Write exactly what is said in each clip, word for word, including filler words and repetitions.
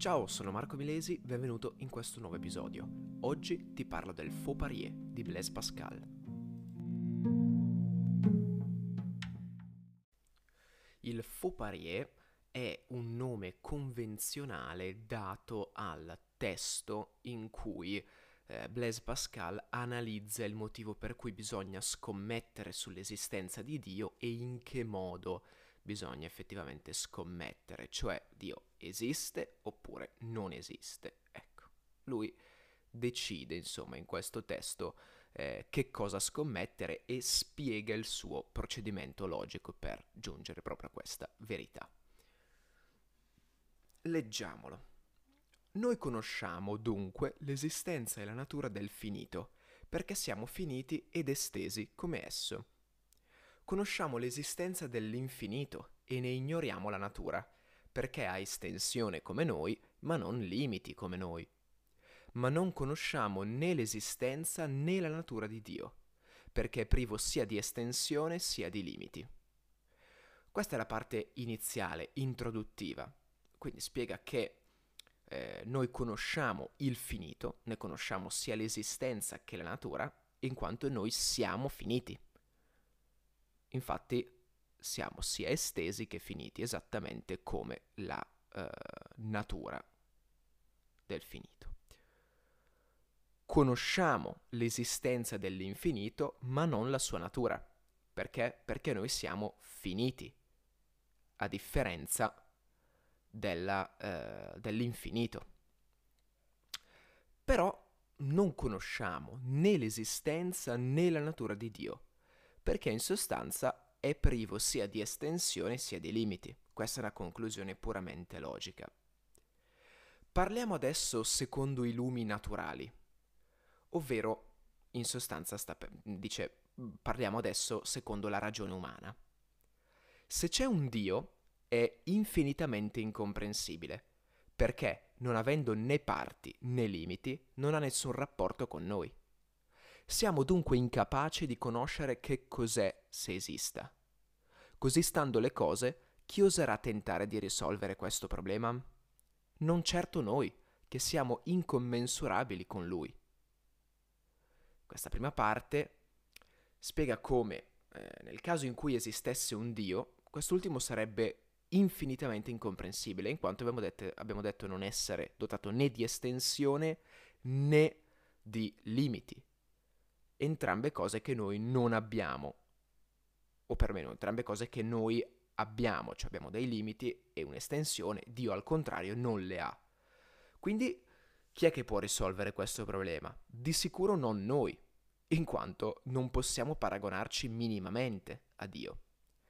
Ciao, sono Marco Milesi, benvenuto in questo nuovo episodio. Oggi ti parlo del Faux Parier di Blaise Pascal. Il Faux Parier è un nome convenzionale dato al testo in cui eh, Blaise Pascal analizza il motivo per cui bisogna scommettere sull'esistenza di Dio e in che modo bisogna effettivamente scommettere, cioè Dio esiste oppure non esiste. Ecco, lui decide insomma in questo testo eh, che cosa scommettere e spiega il suo procedimento logico per giungere proprio a questa verità. Leggiamolo. Noi conosciamo dunque l'esistenza e la natura del finito, perché siamo finiti ed estesi come esso. Conosciamo l'esistenza dell'infinito e ne ignoriamo la natura, perché ha estensione come noi, ma non limiti come noi. Ma non conosciamo né l'esistenza né la natura di Dio, perché è privo sia di estensione sia di limiti. Questa è la parte iniziale, introduttiva, quindi spiega che eh, noi conosciamo il finito, ne conosciamo sia l'esistenza che la natura, in quanto noi siamo finiti. Infatti siamo sia estesi che finiti, esattamente come la eh, natura del finito. Conosciamo l'esistenza dell'infinito, ma non la sua natura. Perché? Perché noi siamo finiti, a differenza della, eh, dell'infinito. Però non conosciamo né l'esistenza né la natura di Dio, perché in sostanza è privo sia di estensione sia di limiti. Questa è una conclusione puramente logica. Parliamo adesso secondo i lumi naturali, ovvero, in sostanza, sta per, dice, parliamo adesso secondo la ragione umana. Se c'è un Dio, è infinitamente incomprensibile, perché, non avendo né parti né limiti, non ha nessun rapporto con noi. Siamo dunque incapaci di conoscere che cos'è se esista. Così stando le cose, chi oserà tentare di risolvere questo problema? Non certo noi, che siamo incommensurabili con Lui. Questa prima parte spiega come, eh, nel caso in cui esistesse un Dio, quest'ultimo sarebbe infinitamente incomprensibile, in quanto abbiamo detto, abbiamo detto non essere dotato né di estensione né di limiti. Entrambe cose che noi non abbiamo, o perlomeno entrambe cose che noi abbiamo, cioè abbiamo dei limiti e un'estensione, Dio al contrario non le ha. Quindi chi è che può risolvere questo problema? Di sicuro non noi, in quanto non possiamo paragonarci minimamente a Dio.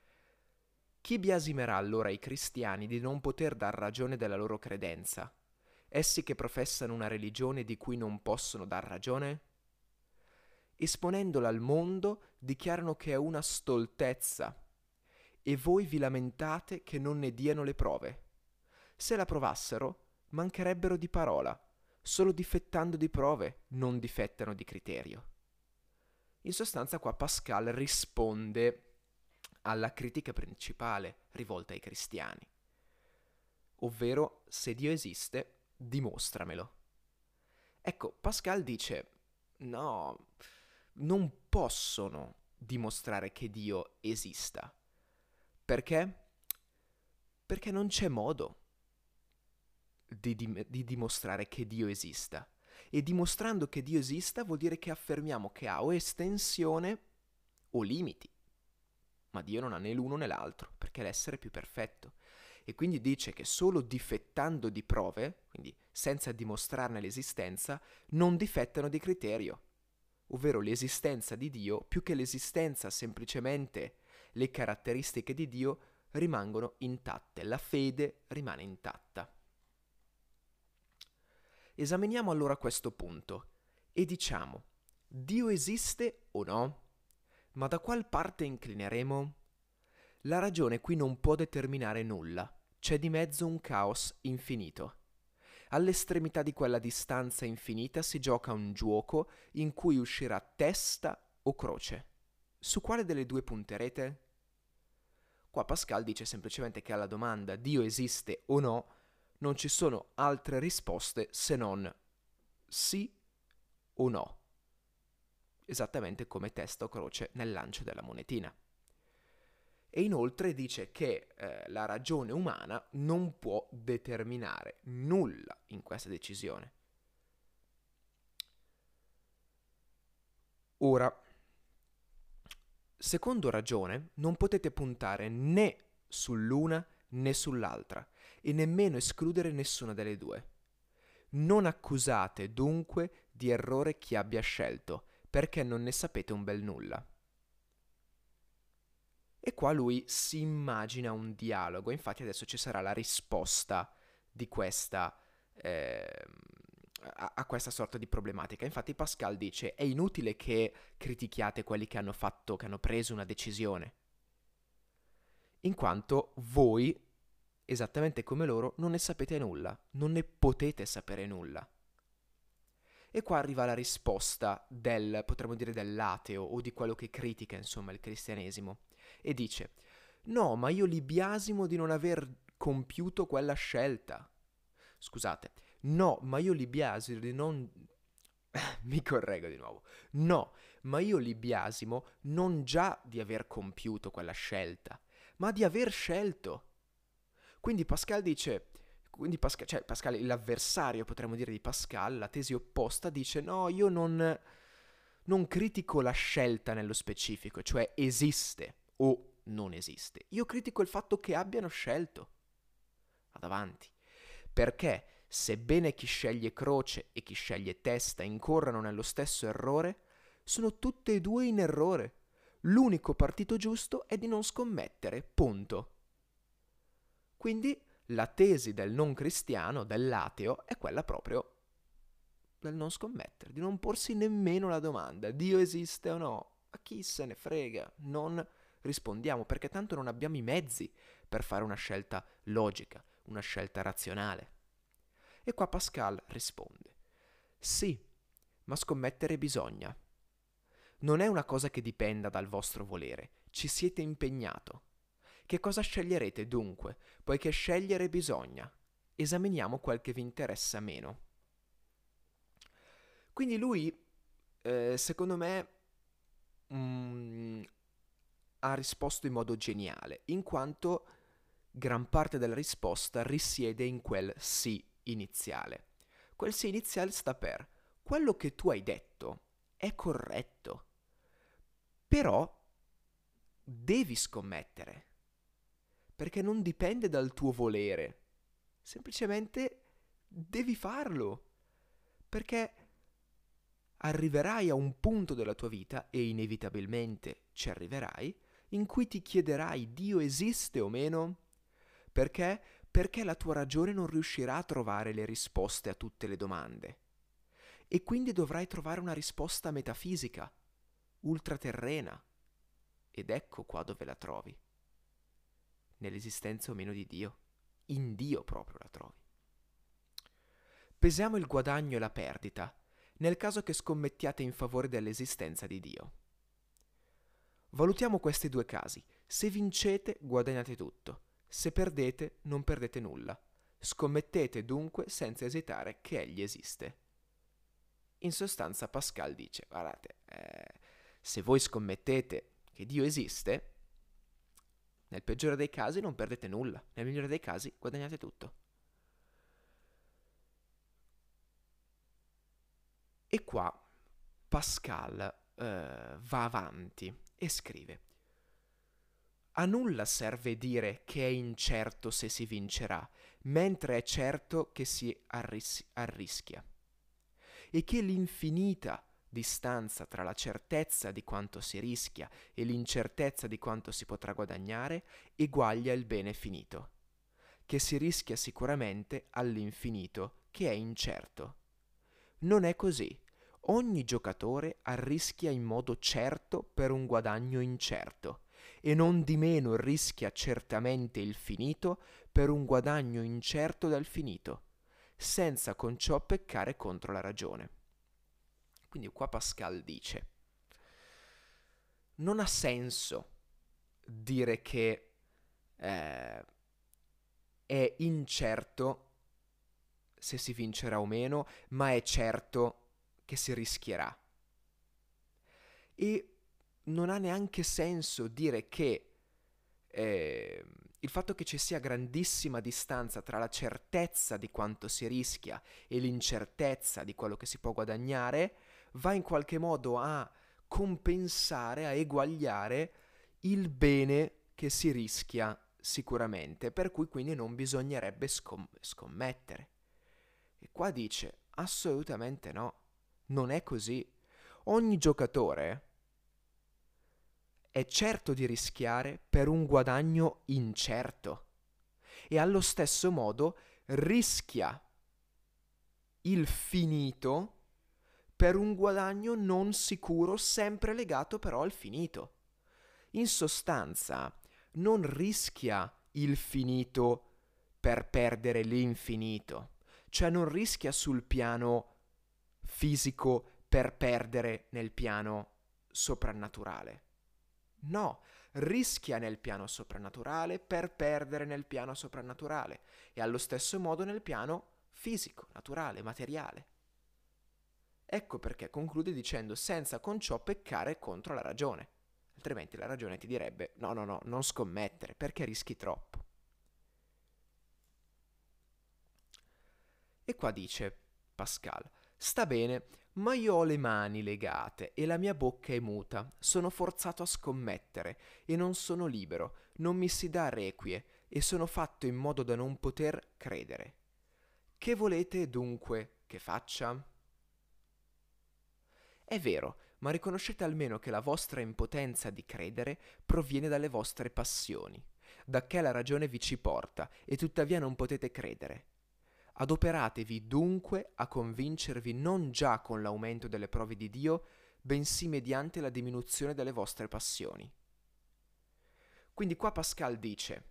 Chi biasimerà allora i cristiani di non poter dar ragione della loro credenza? Essi che professano una religione di cui non possono dar ragione? Esponendola al mondo, dichiarano che è una stoltezza, e voi vi lamentate che non ne diano le prove. Se la provassero, mancherebbero di parola, solo difettando di prove, non difettano di criterio. In sostanza qua Pascal risponde alla critica principale rivolta ai cristiani, ovvero se Dio esiste, dimostramelo. Ecco, Pascal dice, no, non possono dimostrare che Dio esista. Perché? Perché non c'è modo di, di, di dimostrare che Dio esista. E dimostrando che Dio esista vuol dire che affermiamo che ha o estensione o limiti. Ma Dio non ha né l'uno né l'altro, perché è l'essere più perfetto. E quindi dice che solo difettando di prove, quindi senza dimostrarne l'esistenza, non difettano di criterio, ovvero l'esistenza di Dio, più che l'esistenza semplicemente le caratteristiche di Dio rimangono intatte, la fede rimane intatta. Esaminiamo allora questo punto e diciamo, Dio esiste o no? Ma da qual parte inclineremo? La ragione qui non può determinare nulla, c'è di mezzo un caos infinito. All'estremità di quella distanza infinita si gioca un giuoco in cui uscirà testa o croce. Su quale delle due punterete? Qua Pascal dice semplicemente che alla domanda Dio esiste o no non ci sono altre risposte se non sì o no, esattamente come testa o croce nel lancio della monetina. E inoltre dice che eh, la ragione umana non può determinare nulla in questa decisione. Ora, secondo ragione, non potete puntare né sull'una né sull'altra e nemmeno escludere nessuna delle due. Non accusate dunque di errore chi abbia scelto, perché non ne sapete un bel nulla. E qua lui si immagina un dialogo, infatti adesso ci sarà la risposta di questa, eh, a, a questa sorta di problematica. Infatti Pascal dice: è inutile che critichiate quelli che hanno fatto, che hanno preso una decisione, in quanto voi, esattamente come loro, non ne sapete nulla, non ne potete sapere nulla. E qua arriva la risposta del, potremmo dire, dell'ateo o di quello che critica, insomma, il cristianesimo. E dice: no, ma io li biasimo di non aver compiuto quella scelta. Scusate, no, ma io li biasimo di non... Mi correggo di nuovo. No, ma io li biasimo non già di aver compiuto quella scelta, ma di aver scelto. Quindi Pascal dice... Quindi Pascal, cioè Pascal, l'avversario, potremmo dire, di Pascal, la tesi opposta, dice: no, io non, non critico la scelta nello specifico, cioè esiste o non esiste. Io critico il fatto che abbiano scelto. Vado avanti. Perché sebbene chi sceglie croce e chi sceglie testa incorrano nello stesso errore, sono tutte e due in errore. L'unico partito giusto è di non scommettere, punto. Quindi la tesi del non cristiano, dell'ateo, è quella proprio del non scommettere, di non porsi nemmeno la domanda: Dio esiste o no? A chi se ne frega? Non rispondiamo, perché tanto non abbiamo i mezzi per fare una scelta logica, una scelta razionale. E qua Pascal risponde: sì, ma scommettere bisogna. Non è una cosa che dipenda dal vostro volere, ci siete impegnato. Che cosa sceglierete dunque, poiché scegliere bisogna? Esaminiamo quel che vi interessa meno. Quindi lui, eh, secondo me, mm, ha risposto in modo geniale, in quanto gran parte della risposta risiede in quel sì iniziale. Quel sì iniziale sta per: quello che tu hai detto è corretto, però devi scommettere, perché non dipende dal tuo volere, semplicemente devi farlo, perché arriverai a un punto della tua vita, e inevitabilmente ci arriverai, in cui ti chiederai: Dio esiste o meno? Perché? Perché la tua ragione non riuscirà a trovare le risposte a tutte le domande. E quindi dovrai trovare una risposta metafisica, ultraterrena. Ed ecco qua dove la trovi. Nell'esistenza o meno di Dio. In Dio proprio la trovi. Pesiamo il guadagno e la perdita, nel caso che scommettiate in favore dell'esistenza di Dio. Valutiamo questi due casi. Se vincete, guadagnate tutto. Se perdete, non perdete nulla. Scommettete dunque senza esitare che egli esiste. In sostanza Pascal dice: guardate, eh, se voi scommettete che Dio esiste, nel peggiore dei casi non perdete nulla, nel migliore dei casi guadagnate tutto. E qua Pascal eh, va avanti e scrive: a nulla serve dire che è incerto se si vincerà, mentre è certo che si arris- arrischia, e che l'infinita distanza tra la certezza di quanto si rischia e l'incertezza di quanto si potrà guadagnare eguaglia il bene finito, che si rischia sicuramente all'infinito che è incerto. Non è così. Ogni giocatore arrischia in modo certo per un guadagno incerto, e non di meno rischia certamente il finito per un guadagno incerto dal finito, senza con ciò peccare contro la ragione. Quindi qua Pascal dice: non ha senso dire che eh, è incerto se si vincerà o meno, ma è certo che si rischierà. E non ha neanche senso dire che eh, il fatto che ci sia grandissima distanza tra la certezza di quanto si rischia e l'incertezza di quello che si può guadagnare va in qualche modo a compensare, a eguagliare il bene che si rischia sicuramente, per cui quindi non bisognerebbe scom- scommettere. E qua dice assolutamente no, non è così. Ogni giocatore è certo di rischiare per un guadagno incerto e allo stesso modo rischia il finito per un guadagno non sicuro, sempre legato però al finito. In sostanza, non rischia il finito per perdere l'infinito, cioè non rischia sul piano fisico per perdere nel piano soprannaturale. No, rischia nel piano soprannaturale per perdere nel piano soprannaturale e allo stesso modo nel piano fisico, naturale, materiale. Ecco perché conclude dicendo senza con ciò peccare contro la ragione. Altrimenti la ragione ti direbbe no, no, no, non scommettere perché rischi troppo. E qua dice Pascal, sta bene, ma io ho le mani legate e la mia bocca è muta, sono forzato a scommettere e non sono libero, non mi si dà requie e sono fatto in modo da non poter credere. Che volete dunque che faccia? È vero, ma riconoscete almeno che la vostra impotenza di credere proviene dalle vostre passioni, dacché la ragione vi ci porta e tuttavia non potete credere. Adoperatevi dunque a convincervi non già con l'aumento delle prove di Dio, bensì mediante la diminuzione delle vostre passioni. Quindi qua Pascal dice,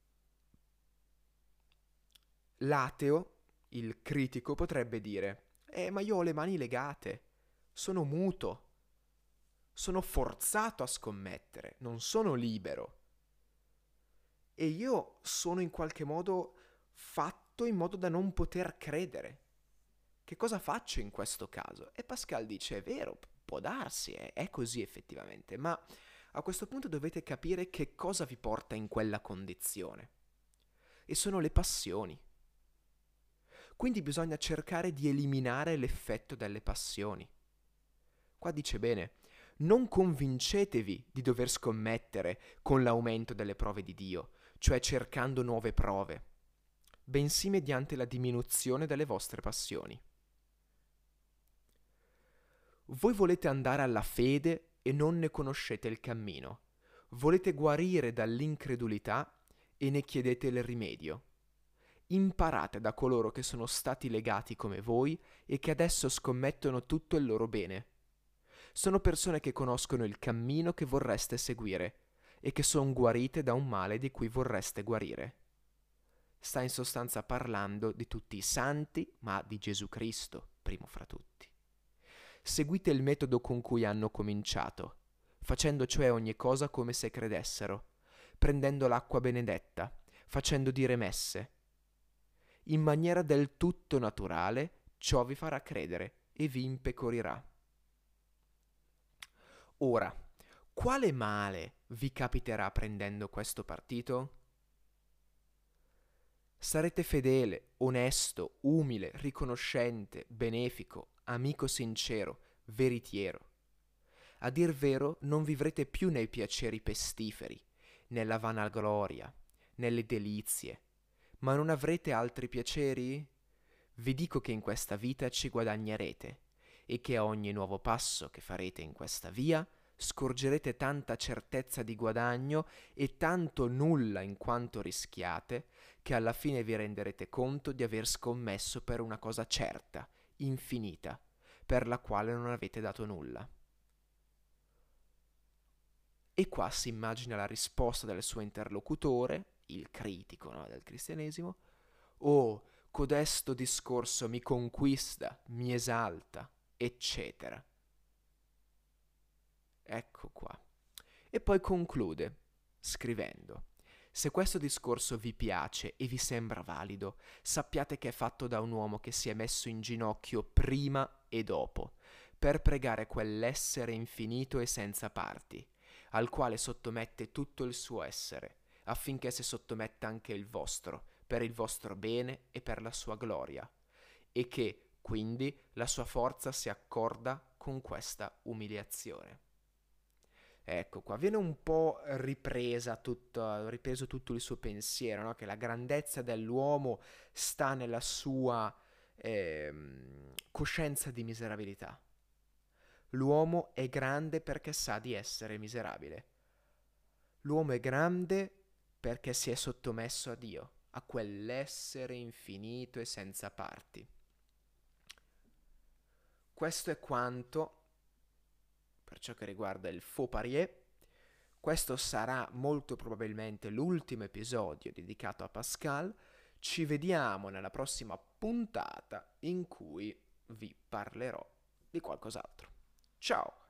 l'ateo, il critico, potrebbe dire, eh ma io ho le mani legate, sono muto, sono forzato a scommettere, non sono libero. E io sono in qualche modo fatto in modo da non poter credere. Che cosa faccio in questo caso? E Pascal dice, è vero, può darsi, è, è così effettivamente, ma a questo punto dovete capire che cosa vi porta in quella condizione. E sono le passioni. Quindi bisogna cercare di eliminare l'effetto delle passioni. Qua dice bene, non convincetevi di dover scommettere con l'aumento delle prove di Dio, cioè cercando nuove prove, bensì mediante la diminuzione delle vostre passioni. Voi volete andare alla fede e non ne conoscete il cammino. Volete guarire dall'incredulità e ne chiedete il rimedio. Imparate da coloro che sono stati legati come voi e che adesso scommettono tutto il loro bene. Sono persone che conoscono il cammino che vorreste seguire e che sono guarite da un male di cui vorreste guarire. Sta in sostanza parlando di tutti i santi, ma di Gesù Cristo, primo fra tutti. Seguite il metodo con cui hanno cominciato, facendo cioè ogni cosa come se credessero, prendendo l'acqua benedetta, facendo dire messe. In maniera del tutto naturale, ciò vi farà credere e vi impecorirà. Ora, quale male vi capiterà prendendo questo partito? Sarete fedele, onesto, umile, riconoscente, benefico, amico sincero, veritiero. A dir vero, non vivrete più nei piaceri pestiferi, nella vanagloria, nelle delizie, ma non avrete altri piaceri? Vi dico che in questa vita ci guadagnerete e che a ogni nuovo passo che farete in questa via scorgerete tanta certezza di guadagno e tanto nulla in quanto rischiate che alla fine vi renderete conto di aver scommesso per una cosa certa, infinita, per la quale non avete dato nulla. E qua si immagina la risposta del suo interlocutore, il critico, no, del cristianesimo: «Oh, codesto discorso mi conquista, mi esalta, eccetera». Ecco qua. E poi conclude scrivendo: Se questo discorso vi piace e vi sembra valido, sappiate che è fatto da un uomo che si è messo in ginocchio prima e dopo, per pregare quell'essere infinito e senza parti, al quale sottomette tutto il suo essere, affinché si sottometta anche il vostro, per il vostro bene e per la sua gloria, e che, quindi, la sua forza si accorda con questa umiliazione. Ecco qua, viene un po' ripresa tutto, ripreso tutto il suo pensiero, no? Che la grandezza dell'uomo sta nella sua ehm, coscienza di miserabilità. L'uomo è grande perché sa di essere miserabile. L'uomo è grande perché si è sottomesso a Dio, a quell'essere infinito e senza parti. Questo è quanto per ciò che riguarda il Faux Parier. Questo sarà molto probabilmente l'ultimo episodio dedicato a Pascal. Ci vediamo nella prossima puntata in cui vi parlerò di qualcos'altro. Ciao!